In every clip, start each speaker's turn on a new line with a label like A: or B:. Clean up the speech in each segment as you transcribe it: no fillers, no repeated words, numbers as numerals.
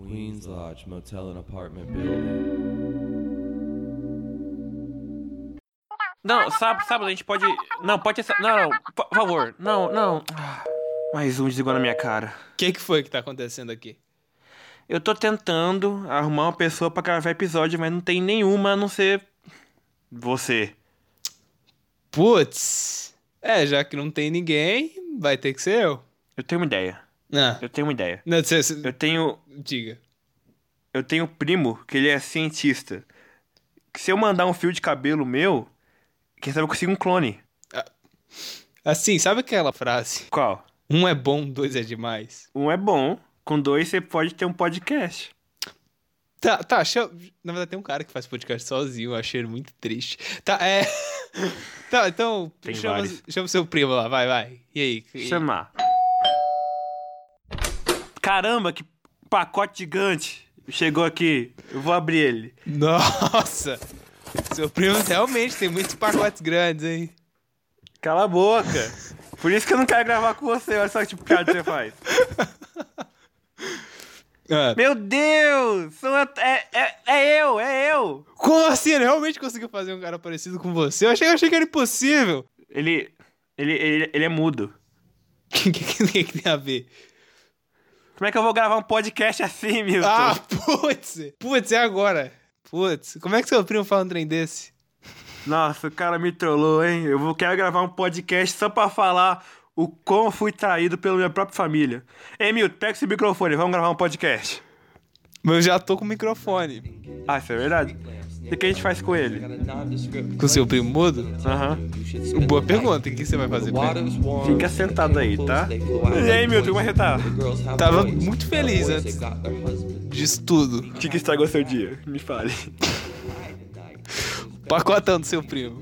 A: Queens Lodge Motel and Apartment Building.
B: Não, sábado a gente pode... Não, pode ser... Não, por favor. Não. Mais um desligou na minha cara.
C: O que foi que tá acontecendo aqui?
B: Eu tô tentando arrumar uma pessoa pra gravar episódio, mas não tem nenhuma a não ser... você.
C: Putz. Já que não tem ninguém, vai ter que ser eu.
B: Eu tenho uma ideia.
C: Não,
B: Eu tenho...
C: diga.
B: Eu tenho um primo que ele é cientista. Que se eu mandar um fio de cabelo meu, quem sabe eu consigo um clone.
C: Assim, sabe aquela frase?
B: Qual?
C: Um é bom, dois é demais.
B: Um é bom, com dois você pode ter um podcast.
C: Tá, na verdade tem um cara que faz podcast sozinho, eu achei ele muito triste. Tá, Tá, então,
B: Tem
C: chama
B: vários.
C: o seu primo lá, vai. E aí?
B: Chamar. Caramba, que pacote gigante. Chegou aqui, eu vou abrir ele.
C: Nossa! Seu primo realmente tem muitos pacotes grandes, hein?
B: Cala a boca. Por isso que eu não quero gravar com você, olha só que tipo de piada você faz. Meu Deus! É eu!
C: Como assim? Ele realmente conseguiu fazer um cara parecido com você? Eu achei que era impossível.
B: Ele é mudo.
C: O que tem a ver?
B: Como é que eu vou gravar um podcast assim, Milton?
C: Putz, é agora. Putz, como é que seu primo fala um trem desse?
B: Nossa, o cara me trollou, hein? Quero gravar um podcast só pra falar o como fui traído pela minha própria família. Ei, Milton, pega esse microfone, vamos gravar um podcast.
C: Mas eu já tô com o microfone.
B: Ah, isso é verdade? O que a gente faz com ele?
C: Com seu primo mudo?
B: Aham.
C: Boa pergunta, o que você vai fazer com ele?
B: Fica sentado aí, tá? E aí, Milton, como é que tá?
C: Tava muito feliz antes disso tudo.
B: O que estragou seu dia? Me fale.
C: Pacotão do seu primo.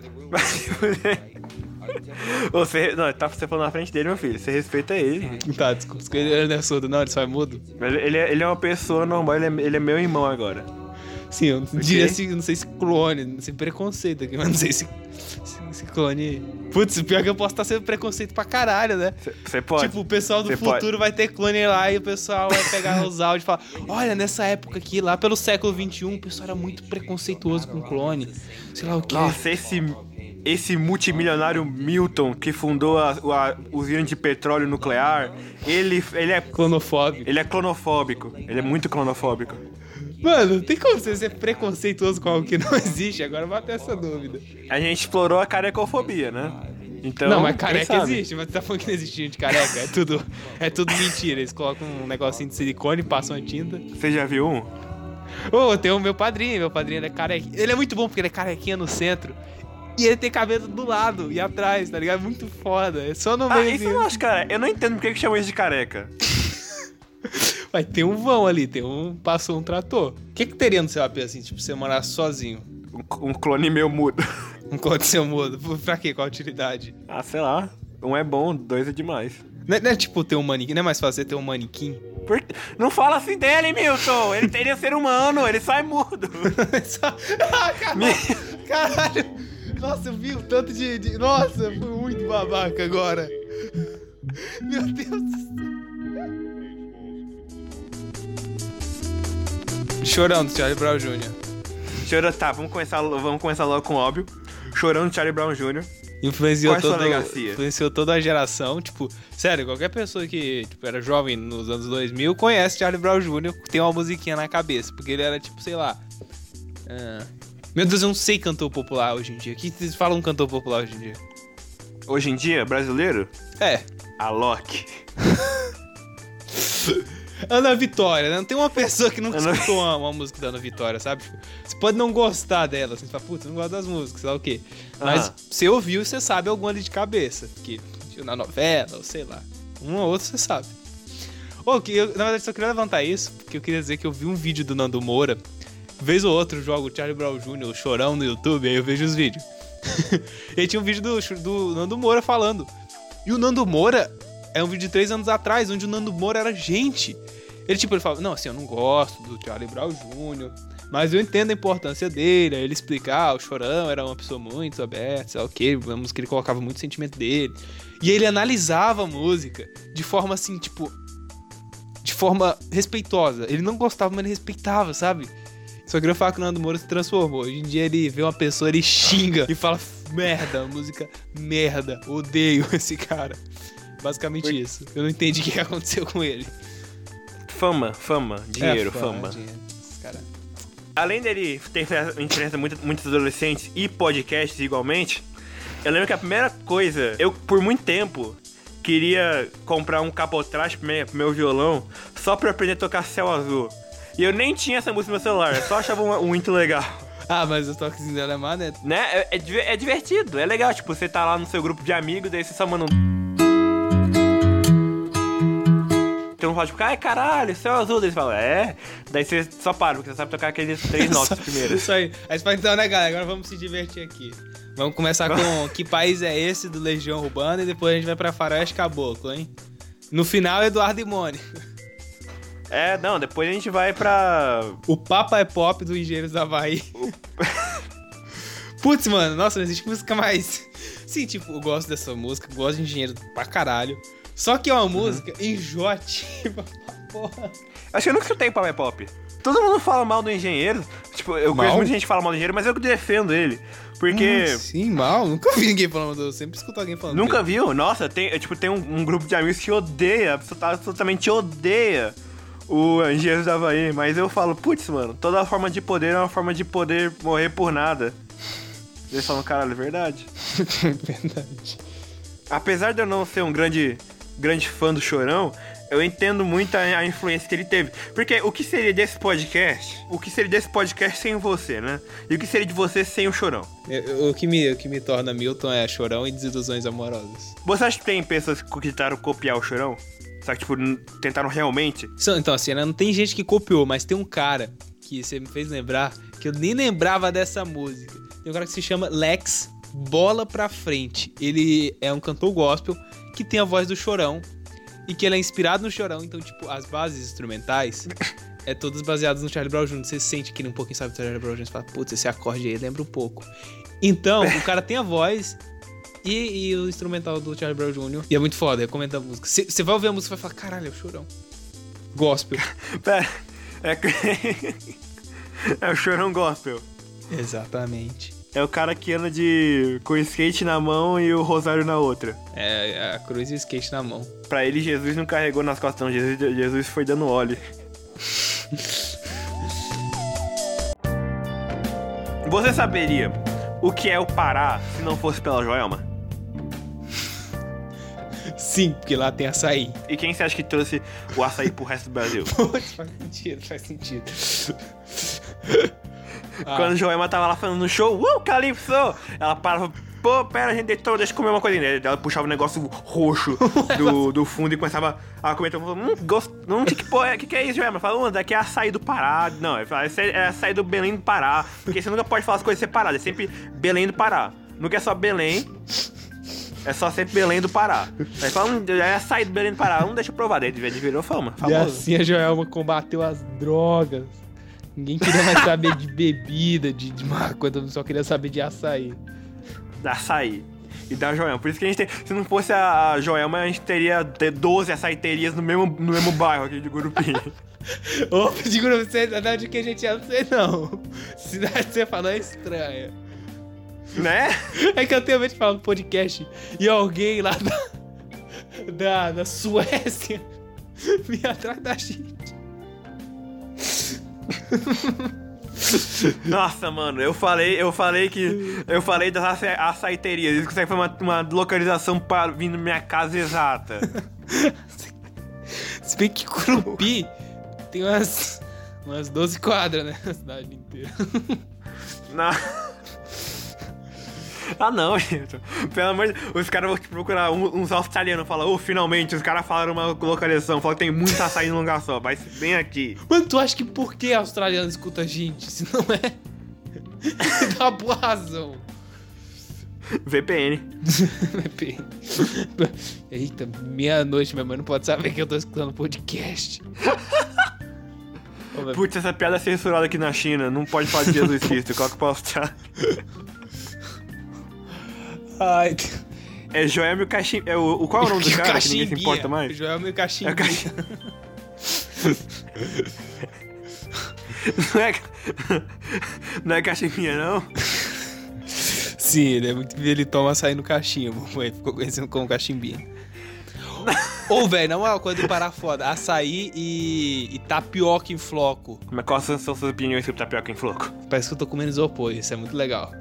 B: Você falando na frente dele, meu filho. Você respeita ele.
C: Tá, desculpa, ele não é surdo, não, ele só é mudo.
B: Ele é uma pessoa normal, ele é meu irmão agora.
C: Sim, eu diria assim, não sei se clone, sem preconceito aqui, mas não sei se clone. Putz, pior que eu posso estar sendo preconceito pra caralho, né?
B: Você pode.
C: Tipo, o pessoal do futuro vai ter clone lá e o pessoal vai pegar os áudios e falar: olha, nessa época aqui, lá pelo século XXI, o pessoal era muito preconceituoso com clone. Sei lá o quê.
B: Nossa, esse multimilionário Milton que fundou a usina de petróleo nuclear, ele é
C: clonofóbico.
B: Ele é clonofóbico. Ele é muito clonofóbico.
C: Mano, tem como você ser preconceituoso com algo que não existe? Agora bate essa dúvida.
B: A gente explorou a carecofobia, né? Então,
C: não, mas careca existe, mas você tá falando que não existe gente careca. É tudo mentira. Eles colocam um negocinho de silicone, passam a tinta.
B: Você já viu um?
C: Tem o meu padrinho ele é carequinha. Ele é muito bom porque ele é carequinha no centro. E ele tem cabelo do lado e atrás, tá ligado? Muito foda. É só no meio.
B: Isso eu não acho, cara. Eu não entendo por que chamam isso de careca.
C: Vai ter um vão ali, passou um trator. O que teria no seu AP, assim, tipo, você morar sozinho?
B: Um clone meu mudo.
C: Um clone seu mudo? Pra quê? Qual a utilidade?
B: Ah, sei lá. Um é bom, dois é demais.
C: Não é tipo ter um manequim? Não é mais fácil ter um manequim?
B: Não fala assim dele, Milton! Ele teria ser humano, ele só é mudo.
C: Caralho! Nossa, eu vi o tanto de... Nossa, fui muito babaca agora. Meu Deus do céu. Chorão do Charlie Brown Jr.
B: Tá, vamos começar logo com o óbvio. Chorão do Charlie Brown Jr.
C: Influenciou toda a geração. Tipo, sério, qualquer pessoa que era jovem nos anos 2000 conhece Charlie Brown Jr. Tem uma musiquinha na cabeça. Porque ele era tipo, sei lá... Meu Deus, eu não sei cantor popular hoje em dia. O que vocês falam um cantor popular hoje em dia?
B: Hoje em dia, brasileiro? Alok.
C: Ana Vitória, né? Não tem uma pessoa que nunca escutou uma música da Ana Vitória, sabe? Você pode não gostar dela, assim, você fala, putz, eu não gosto das músicas, sei lá o quê. Mas você ouviu e você sabe alguma ali de cabeça. Que na novela, ou sei lá. Um ou outro você sabe. Na verdade, só queria levantar isso, porque eu queria dizer que eu vi um vídeo do Nando Moura. Vez ou outro, eu jogo o Charlie Brown Jr., o Chorão no YouTube, aí eu vejo os vídeos. E aí tinha um vídeo do Nando Moura falando. E o Nando Moura é um vídeo de 3 anos atrás, onde o Nando Moura era gente. Ele fala, não, assim, eu não gosto do Charlie Brown Jr., mas eu entendo a importância dele. Aí ele explicar, o Chorão era uma pessoa muito aberta, sei lá o quê, a música ele colocava muito sentimento dele. E ele analisava a música de forma assim, tipo... forma respeitosa. Ele não gostava, mas ele respeitava, sabe? Só queria falar que o Nando Moura se transformou. Hoje em dia ele vê uma pessoa, ele xinga e fala merda, música merda, odeio esse cara. Basicamente isso. Eu não entendi o que aconteceu com ele.
B: Fama, dinheiro, fama.
C: Dinheiro. Cara.
B: Além dele ter influência muitos adolescentes e podcasts igualmente, eu lembro que a primeira coisa, eu por muito tempo queria comprar um capotraste pro meu violão só pra eu aprender a tocar Céu Azul. E eu nem tinha essa música no meu celular, eu só achava muito legal.
C: Ah, mas o toquezinho dela é maneiro.
B: Né? É divertido, é legal. Tipo, você tá lá no seu grupo de amigos, daí você só manda um... Então não fala, tipo, ai, caralho, Céu Azul. Daí você fala, é? Daí você só para, porque você sabe tocar aqueles 3 notas primeiro.
C: Isso aí. Aí você fala, então, né, galera? Agora vamos se divertir aqui. Vamos começar com Que País é Esse, do Legião Urbana, e depois a gente vai pra Faroeste Caboclo, hein? No final, Eduardo e Mônica.
B: É, não, depois a gente vai pra...
C: O Papa é Pop, do Engenheiros da Havaí. Putz, mano, nossa, não existe música mais... Sim, tipo, eu gosto dessa música, gosto de Engenheiro pra caralho. Só que é uma música enjoativa pra porra.
B: Acho que eu nunca escutei Papa é Pop. Todo mundo fala mal do Engenheiro. Tipo, eu conheço muita gente que fala mal do Engenheiro, mas eu defendo ele. Porque...
C: Sim, mal. Nunca vi ninguém falando. Eu sempre escuto alguém falando.
B: Nunca viu? Nossa, tem um grupo de amigos que odeia, absolutamente odeia o Engenheiros da Havaí. Mas eu falo, putz, mano, toda forma de poder é uma forma de poder morrer por nada. Eles falam, caralho, é verdade.
C: Verdade.
B: Apesar de eu não ser um grande fã do Chorão, eu entendo muito a influência que ele teve. Porque o que seria desse podcast? O que seria desse podcast sem você, né? E o que seria de você sem o Chorão?
C: O que me torna Milton é Chorão e desilusões amorosas.
B: Você acha que tem pessoas que tentaram copiar o Chorão? Só que, tipo, tentaram realmente?
C: Então, assim, não tem gente que copiou, mas tem um cara que você me fez lembrar, que eu nem lembrava dessa música. Tem um cara que se chama Lex Bola Pra Frente. Ele é um cantor gospel que tem a voz do Chorão e que ele é inspirado no Chorão. Então, tipo, as bases instrumentais é todas baseadas no Charlie Brown Jr. Você sente que ele um pouquinho sabe do Charlie Brown Jr. Você fala, putz, esse acorde aí lembra um pouco. Então, o cara tem a voz e o instrumental do Charlie Brown Jr. E é muito foda, recomendo a música. Você vai ouvir a música e vai falar, caralho, é o Chorão. Gospel.
B: Pera, é o Chorão gospel.
C: Exatamente.
B: É o cara que anda com o skate na mão e o rosário na outra.
C: É a cruz e o skate na mão.
B: Pra ele, Jesus não carregou nas costas, não. Jesus foi dando óleo. Você saberia o que é o Pará se não fosse pela Joelma?
C: Sim, porque lá tem açaí.
B: E quem você acha que trouxe o açaí pro resto do Brasil?
C: Putz, faz sentido.
B: Quando a Joelma tava lá falando no show, Calypso! Ela parava, pô, pera, gente, deixa eu comer uma coisinha. Ela puxava o negócio roxo do fundo e começava a comer. Então, que é isso, Joelma? Fala, daqui é açaí do Pará. Não, é açaí do Belém do Pará. Porque você nunca pode falar as coisas separadas, é sempre Belém do Pará. Nunca é só Belém, é só sempre Belém do Pará. Aí fala, é açaí do Belém do Pará, deixa eu provar. Daí virou fama, famoso.
C: E assim a Joelma combateu as drogas. Ninguém queria mais saber de bebida, de maconha, só queria saber de açaí.
B: Da açaí e da Joelma. Por isso que a gente tem... Se não fosse a Joelma, a gente teria 12 açaiterias no mesmo bairro aqui de Gurupim.
C: Ô, de Gurupim, cidade que a gente é, não sei não. Cidade que você falou é estranha.
B: Né?
C: É que eu tenho medo de falar no podcast e alguém lá da Suécia vir atrás da gente.
B: Nossa, mano, eu falei das açaiterias. Isso consegue fazer uma localização para vir na minha casa exata.
C: Se bem que Curupi tem umas 12 quadras, né? A cidade inteira. Não, gente. Pelo amor de Deus. Os caras vão procurar uns australianos. Falam, finalmente, os caras falaram uma localização. Falam que tem muita açaí num lugar só. Vai bem aqui. Mano, tu acha que por que australiano escuta a gente? Se não é... Dá uma boa razão.
B: VPN.
C: VPN. Eita, meia-noite, minha mãe não pode saber que eu tô escutando podcast.
B: Putz, essa piada é censurada aqui na China. Não pode falar de Jesus Cristo. Coloca pra Austrália.
C: Ai...
B: É Joelma e o Cachimbo. Qual é o nome do cara que ninguém se importa mais?
C: Joelma e o Cachimbo.
B: Não é cachimbinha, não?
C: Sim, ele toma açaí no cachimbo. Ele ficou conhecido como cachimbinha. Ô, velho, na moral, quando parar foda, açaí e tapioca em floco.
B: Mas quais são suas opiniões sobre tapioca em floco?
C: Parece que eu tô comendo isopor, isso é muito legal.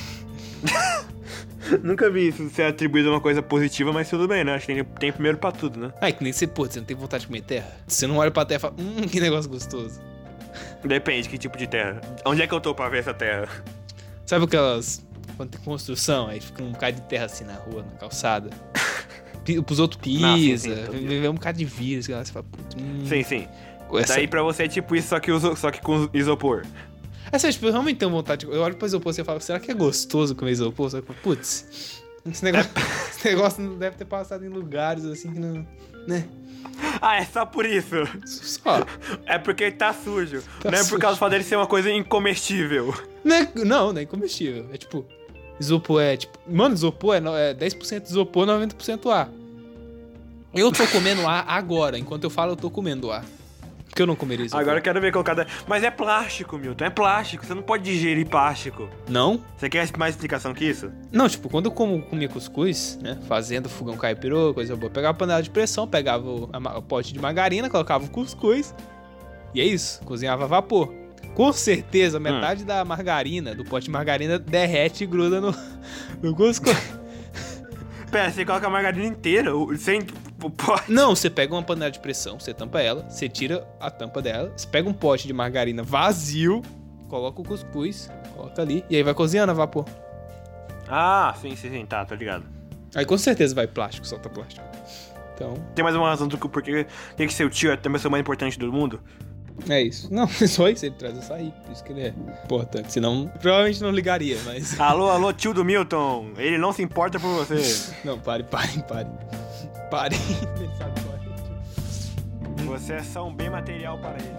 B: Nunca vi isso ser atribuído a uma coisa positiva, mas tudo bem, né? Acho que tem primeiro pra tudo, né?
C: É que nem você, pô, você não tem vontade de comer terra? Você não olha pra terra e fala, que negócio gostoso.
B: Depende, que tipo de terra. Onde é que eu tô pra ver essa terra?
C: Sabe aquelas... Quando tem construção, aí fica um bocado de terra assim na rua, na calçada. Os outros pisam, vê um bocado de vírus, você fala, puta...
B: Sim. Daí pra você é tipo isso, só que com isopor.
C: É sério, tipo, eu realmente tenho vontade. Eu olho pro isopor e falo, será que é gostoso comer isopor? Só que, putz, esse negócio não deve ter passado em lugares assim que não. Né?
B: Ah, é só por isso.
C: Só.
B: É porque tá sujo.
C: Tá
B: não é
C: sujo.
B: por causa do fato dele ser uma coisa incomestível.
C: Não é comestível. É tipo, isopor é tipo. Mano, isopor é 10% isopor, 90% ar. Eu tô comendo ar agora. Enquanto eu falo, eu tô comendo ar. Porque eu não comeria isopor.
B: Agora eu quero ver colocada. Mas é plástico, Milton. É plástico. Você não pode digerir plástico.
C: Não?
B: Você quer mais explicação que isso?
C: Não, tipo, quando eu comia cuscuz, né? Fazendo fogão caipirô, coisa boa. Pegava a panela de pressão, pegava o pote de margarina, colocava o cuscuz. E é isso. Cozinhava a vapor. Com certeza, metade da margarina, do pote de margarina, derrete e gruda no cuscuz.
B: Pera, você coloca a margarina inteira, sem o pote.
C: Não, você pega uma panela de pressão, você tampa ela, você tira a tampa dela, você pega um pote de margarina vazio, coloca o cuscuz, coloca ali, e aí vai cozinhando a vapor.
B: Ah, sim, tá, tô ligado.
C: Aí com certeza vai plástico, solta plástico. Então...
B: Tem mais uma razão do porquê tem que ser o tio é a pessoa mais importante do mundo?
C: É isso. Não, só isso, ele traz açaí, por isso que ele é importante. Senão, provavelmente não ligaria, mas...
B: Alô, tio do Milton, ele não se importa por você.
C: Não, pare. Pare. Ele sabe qual é.
B: Você é só um bem material para ele.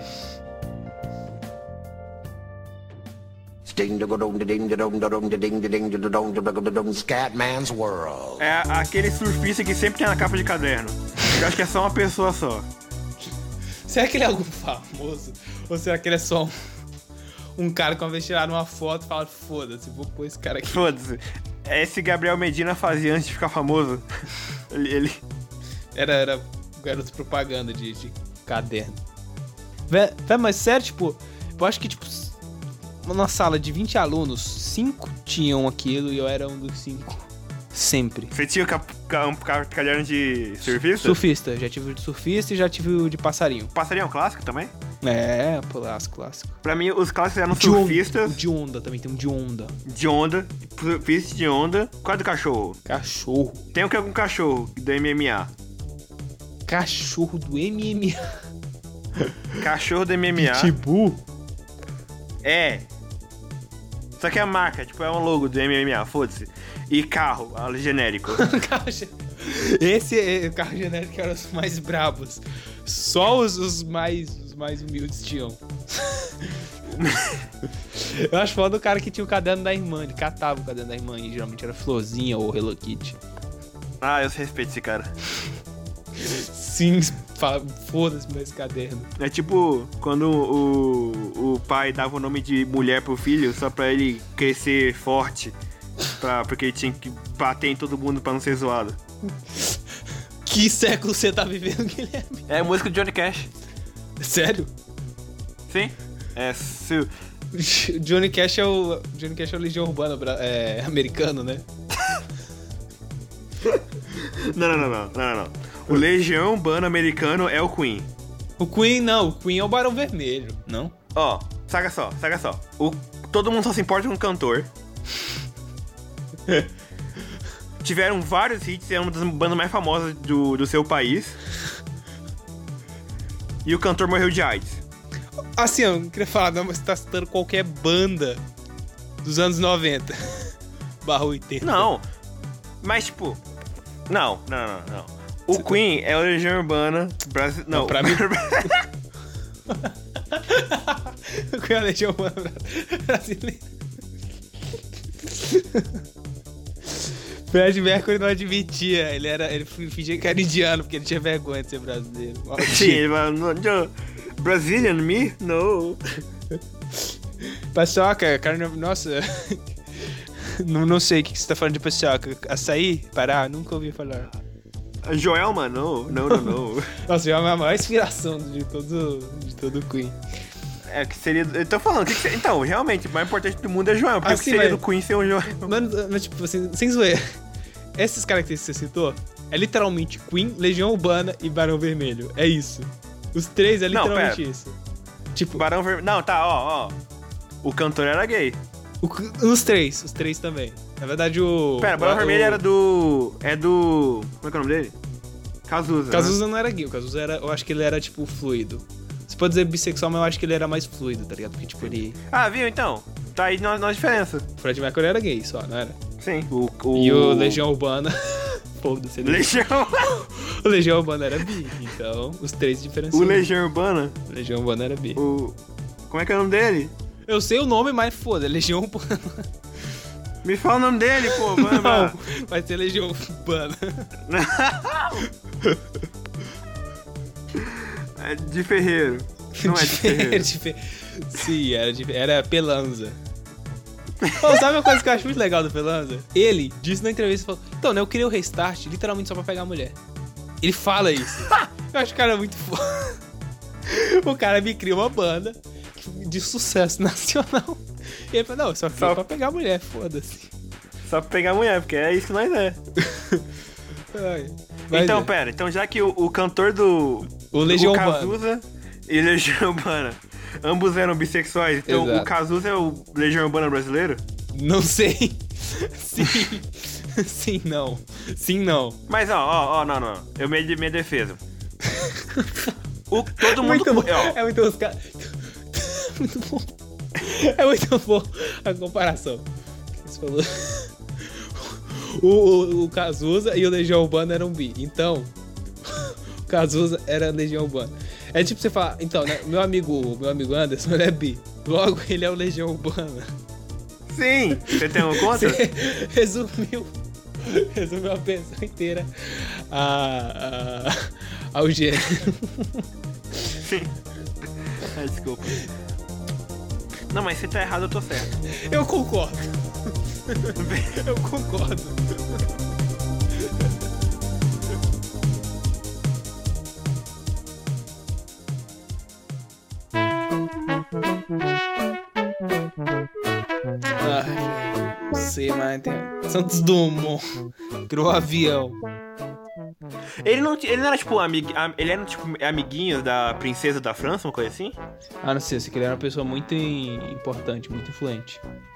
D: Scatman's World.
B: É aquele surfista que sempre tem na capa de caderno. Eu acho que é só uma pessoa só.
C: Será que ele é algum famoso? Ou será que ele é só um cara que uma vez tiraram uma foto e falaram, foda-se, vou pôr esse cara aqui.
B: Foda-se. Esse Gabriel Medina fazia antes de ficar famoso. Ele...
C: Era garoto propaganda de caderno. Véi, mas sério, tipo, eu acho que, tipo, numa sala de 20 alunos, 5 tinham aquilo e eu era um dos 5. Sempre.
B: Você tinha um caderno de surfista?
C: Surfista. Já tive o de surfista e já tive o de passarinho.
B: Passarinho é um clássico também?
C: É, pô, clássico.
B: Pra mim, os clássicos eram surfistas.
C: De onda também, tem um de onda.
B: De onda. Surfista de onda. Qual é do cachorro?
C: Cachorro.
B: Tem um que é um cachorro do MMA.
C: Cachorro do MMA.
B: Cachorro do MMA.
C: Pitbull?
B: É. Só que é a marca, tipo, é um logo do MMA, foda-se. E carro, genérico.
C: Esse carro genérico era os mais brabos. Só os mais humildes tinham. Eu acho foda o cara que tinha o caderno da irmã. Ele catava o caderno da irmã e geralmente era Florzinha ou Hello Kitty.
B: Ah, eu respeito esse cara.
C: Sim, foda-se meu esse caderno.
B: É tipo quando o pai dava o nome de mulher pro filho só pra ele crescer forte. Porque ele tinha que bater em todo mundo pra não ser zoado.
C: Que século você tá vivendo, Guilherme?
B: É a música do Johnny Cash.
C: Sério?
B: Sim. É
C: Johnny Cash é o Legião Urbana americano, né?
B: Não. O Legião Urbana americano é o Queen.
C: O Queen não, o Queen é o Barão Vermelho, não?
B: Ó, saca só. Todo mundo só se importa com o cantor. Tiveram vários hits, é uma das bandas mais famosas do seu país. E o cantor morreu de AIDS.
C: Assim, eu não queria falar, não, mas você tá citando qualquer banda dos anos 90. Barra 80.
B: Não, mas tipo... Não. O Queen é a Legião Urbana brasileira. Não,
C: pra mim... O Queen é a Legião Urbana brasileira. Fred Mercury não admitia, ele fingia que era indiano porque ele tinha vergonha de ser brasileiro.
B: Sim, ele falou, Brazilian me? No.
C: Paçoca, carne... Nossa... não sei o que você tá falando de paçoca. Açaí? Pará? Nunca ouvi falar.
B: Joelma? No.
C: Nossa, Joelma é a maior inspiração de todo o Queen.
B: É, que seria... Eu tô falando, então, realmente, o mais importante do mundo é Joelma. Porque
C: Assim,
B: que seria do Queen ser um Joelma?
C: Mas, tipo assim, sem zoeira. Essas características que você citou é literalmente Queen, Legião Urbana e Barão Vermelho. É isso. Os três é literalmente isso. Tipo...
B: Barão Vermelho... Não, tá, ó. O cantor era gay.
C: Os três também. Na verdade, o...
B: Pera, Barão Vermelho era do... É do... Como é que é o nome dele? Cazuza.
C: Cazuza não era gay, o Cazuza era... Eu acho que ele era, tipo, fluido. Você pode dizer bissexual, mas eu acho que ele era mais fluido, tá ligado? Porque, tipo, ele...
B: Ah, viu, então? Tá aí na diferença.
C: O Fred Mercury era gay só, não era?
B: Sim.
C: E o Legião Urbana... Foda-se.
B: Legião...
C: O Legião Urbana era bi, então os três diferenciam.
B: O Legião Urbana?
C: O Legião Urbana era bi.
B: Como é que é o nome dele?
C: Eu sei o nome, mas foda, Legião Urbana.
B: Me fala o nome dele, pô. Não,
C: vai ser Legião Urbana.
B: É de Ferreiro. Não é de Ferreiro.
C: Sim, era Pelanza. Oh, sabe uma coisa que eu acho muito legal do Pelanza? Ele disse na entrevista, falou, então, né, eu queria o Restart literalmente só pra pegar a mulher. Ele fala isso. Eu acho que o cara é muito foda. O cara me cria uma banda de sucesso nacional. E ele fala, não, eu só queria pra pegar a mulher, foda-se.
B: Só pra pegar a mulher, porque é isso que nós é. Então, pera, então já que o cantor do...
C: O Legião Urbana.
B: Cazuza e Legião Urbana, ambos eram bissexuais, então exato. O Cazuza é o Legião Urbana brasileiro?
C: Não sei. Sim, não.
B: Mas, não. Eu minha defesa. Todo mundo...
C: Muito bom. É muito bom. Muito bom. É muito bom a comparação. Você falou... O Cazuza e o Legião Urbana eram bi. Então, o Cazuza era Legião Urbana. É tipo você falar, então, né, meu amigo Anderson, ele é bi. Logo, ele é o Legião Urbana.
B: Sim! Você tem um contra?
C: Você resumiu a pessoa inteira ao gênero.
B: Sim. Desculpa. Não, mas você tá errado, eu tô certo.
C: Eu concordo. Eu concordo. Não sei, mas tem Santos Dumont criou um avião.
B: Ele não era tipo ele era tipo amiguinho da princesa da França, uma coisa assim?
C: Ah, não sei, ele era uma pessoa muito importante, muito influente.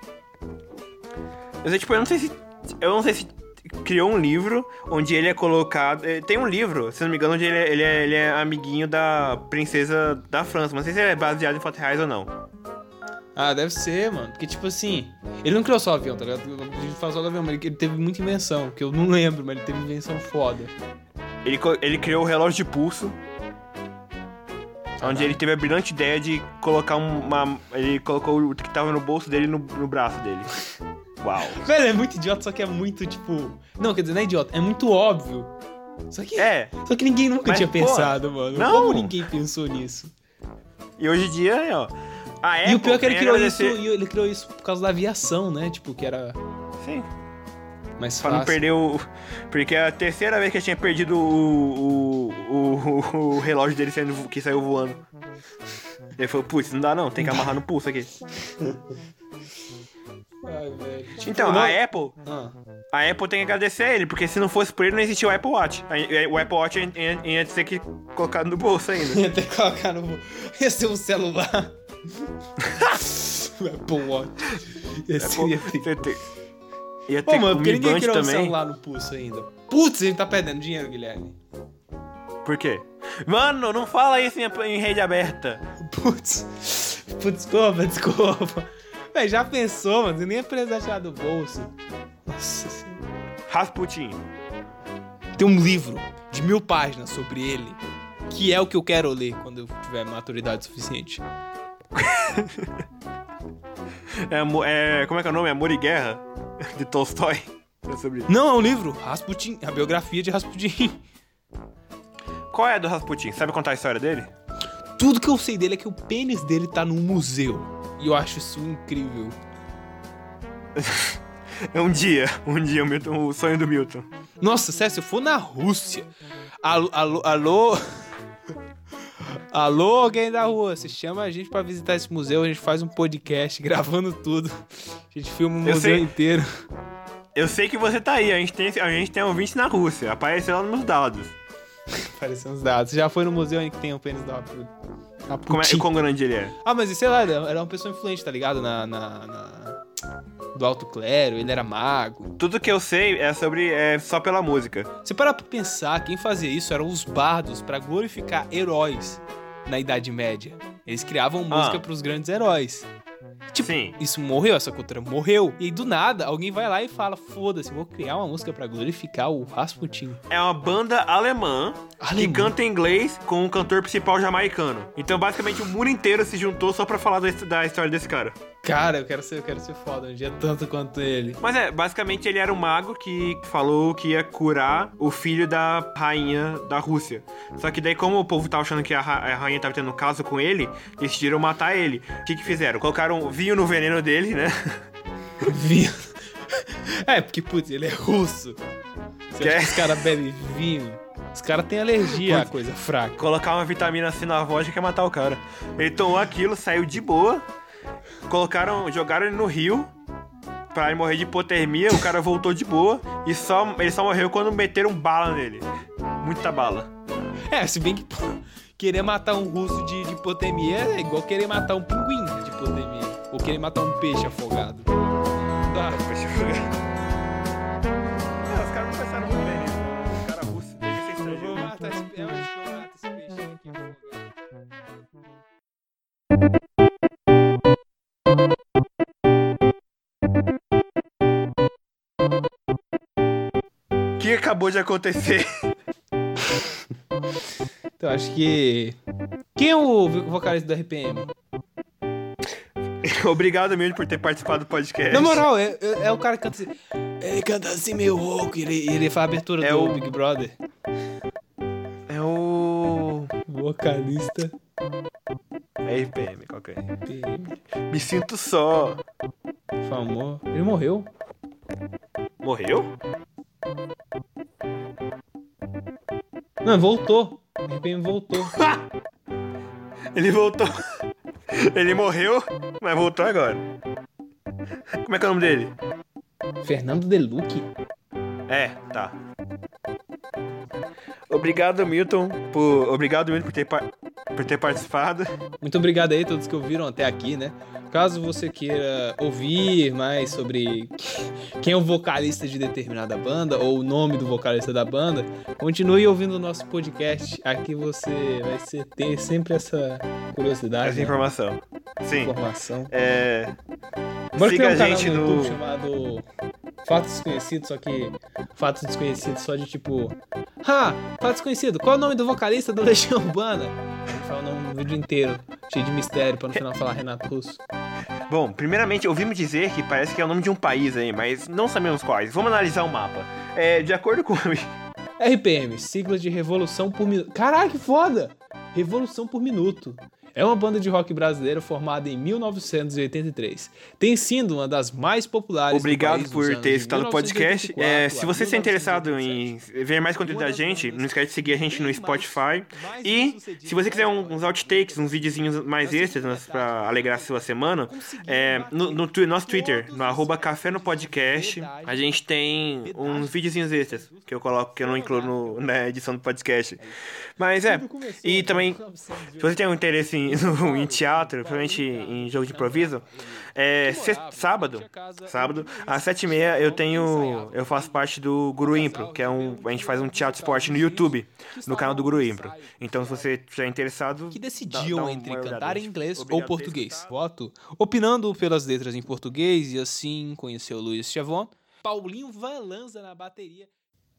B: Eu não sei se criou um livro onde ele é colocado... Tem um livro, se não me engano, onde ele é amiguinho da princesa da França. Mas não sei se ele é baseado em fatos reais ou não.
C: Ah, deve ser, mano. Porque, tipo assim... Ele não criou só o avião, tá ligado? Ele faz só o avião, mas ele teve muita invenção. Que eu não lembro, mas ele teve invenção foda.
B: Ele criou o relógio de pulso. Onde ele teve a brilhante ideia de colocar ele colocou o que tava no bolso dele no braço dele. Uau.
C: Velho, é muito idiota, só que é muito, tipo... Não, quer dizer, não é idiota, é muito óbvio. Só que ninguém nunca tinha pensado, mano.
B: Não.
C: Como ninguém pensou nisso?
B: E hoje em dia, ó...
C: E o pior é que ele criou isso por causa da aviação, né? Tipo, que era...
B: Sim.
C: Mais fácil.
B: Pra não perder Porque é a terceira vez que eu tinha perdido o relógio dele que saiu voando. Ele falou, putz, não dá não, tem que amarrar no pulso aqui.
C: Ai, velho. Tipo,
B: então, a Apple tem que agradecer a ele, porque se não fosse por ele, não existia o Apple Watch. O Apple Watch ia ter que colocar no bolso ainda.
C: Ia ter que colocar no bolso. Ia ser um celular. O Apple Watch.
B: Ia ter
C: mano, porque ninguém criou
B: também.
C: Um celular no pulso ainda. Putz, a gente tá perdendo dinheiro, Guilherme.
B: Por quê? Mano, não fala isso em rede aberta.
C: Putz, desculpa. Véi, já pensou, mano? Você nem ia precisar tirar do bolso. Nossa senhora.
B: Rasputin.
C: Tem um livro de 1000 páginas sobre ele, que é o que eu quero ler quando eu tiver maturidade suficiente.
B: Como é que é o nome? Amor e Guerra? De Tolstói. É sobre isso.
C: Não, é um livro. Rasputin. A biografia de Rasputin.
B: Qual é a do Rasputin? Sabe contar a história dele?
C: Tudo que eu sei dele é que o pênis dele tá num museu. E eu acho isso incrível.
B: Um dia, o sonho do Milton.
C: Nossa, sério, se eu for na Rússia... Alô... Alô, alguém da rua, você chama a gente pra visitar esse museu, a gente faz um podcast gravando tudo. A gente filma o museu inteiro.
B: Eu sei que você tá aí, a gente tem ouvintes na Rússia, apareceu lá nos dados.
C: Apareceu nos dados. Você já foi no museu em que tem o pênis da
B: Quão grande ele é?
C: Ah, mas sei lá, era uma pessoa influente, tá ligado? Do alto clero, ele era mago.
B: Tudo que eu sei é só pela música.
C: Se parar pra pensar, quem fazia isso eram os bardos pra glorificar heróis na Idade Média. Eles criavam música pros grandes heróis. Tipo,
B: sim.
C: Isso morreu, essa cultura morreu. E aí, do nada, alguém vai lá e fala, foda-se, vou criar uma música pra glorificar o Rasputin.
B: É uma banda alemã que canta em inglês com um cantor principal jamaicano. Então, basicamente, o mundo inteiro se juntou só pra falar da história desse cara.
C: Cara, eu quero ser foda um dia tanto quanto ele.
B: Mas basicamente ele era um mago que falou que ia curar o filho da rainha da Rússia. Só que daí, como o povo tava achando que a rainha tava tendo caso com ele, decidiram matar ele. O que fizeram? Colocaram vinho no veneno dele, né?
C: Vinho? Porque, putz, ele é russo. Você acha que os caras bebem vinho? Os caras têm alergia a coisa fraca.
B: Colocar uma vitamina C na vodka que ia matar o cara. Ele tomou aquilo, saiu de boa. Jogaram ele no rio pra ele morrer de hipotermia, o cara voltou de boa e ele só morreu quando meteram bala nele. Muita bala.
C: Se bem que querer matar um russo de hipotermia é igual querer matar um pinguim de hipotermia. Ou querer matar um peixe afogado.
B: Peixe afogado. Os caras não pensaram muito bem nisso. O cara russo deve ser estrangeiro.
C: Eu vou matar esse peixe aqui afogado.
B: O que acabou de acontecer?
C: Então, acho que... Quem é o vocalista do RPM?
B: Obrigado mesmo por ter participado do podcast.
C: Na moral, é o cara que canta assim... Ele canta assim meio rouco, ele faz a abertura do Big Brother.
B: É o...
C: vocalista...
B: É RPM, qual que é?
C: RPM.
B: Me sinto só.
C: Famoso. Ele morreu?
B: Morreu?
C: Não, voltou. O RPM voltou.
B: Ele voltou. Ele morreu, mas voltou agora. Como é que é o nome dele?
C: Fernando Deluque?
B: Tá. Obrigado, Milton, por ter participado.
C: Muito obrigado aí a todos que ouviram até aqui, né? Caso você queira ouvir mais sobre quem é o vocalista de determinada banda ou o nome do vocalista da banda, continue ouvindo o nosso podcast. Aqui você vai ter sempre essa curiosidade.
B: Essa informação. Sim.
C: Informação.
B: Siga a gente
C: no
B: no
C: YouTube chamado Fatos Desconhecidos, só que Fatos Desconhecidos só de tipo... Fato Desconhecido, qual é o nome do vocalista do Legião Urbana? Ele fala o nome no vídeo inteiro, cheio de mistério, pra no final falar Renato Russo.
B: Bom, primeiramente, ouvimos dizer que parece que é o nome de um país aí, mas não sabemos quais. Vamos analisar o mapa. De acordo com...
C: RPM, sigla de Revolução por Minuto. Caralho, que foda! Revolução por Minuto. É uma banda de rock brasileira formada em 1983. Tem sido uma das mais populares.
B: Obrigado por ter escutado o podcast. Se você está interessado em ver mais conteúdo da gente, não esquece de seguir a gente no Spotify. E se você quiser uns outtakes, uns videozinhos mais extras para alegrar a sua semana, no nosso Twitter, no @café no podcast, a gente tem uns videozinhos extras que eu coloco, que eu não incluo na edição do podcast. Mas e também, se você tem um interesse em teatro, principalmente em jogo de improviso, sábado, às 7h30, eu faço parte do Guru Impro, que a gente faz um teatro esporte no YouTube, no canal do Guru Impro. Então, se você estiver interessado...
C: Que decidiam entre cantar em inglês ou português. Voto opinando pelas letras em português e assim conheceu o Luiz Chavon. Paulinho Valanza na bateria.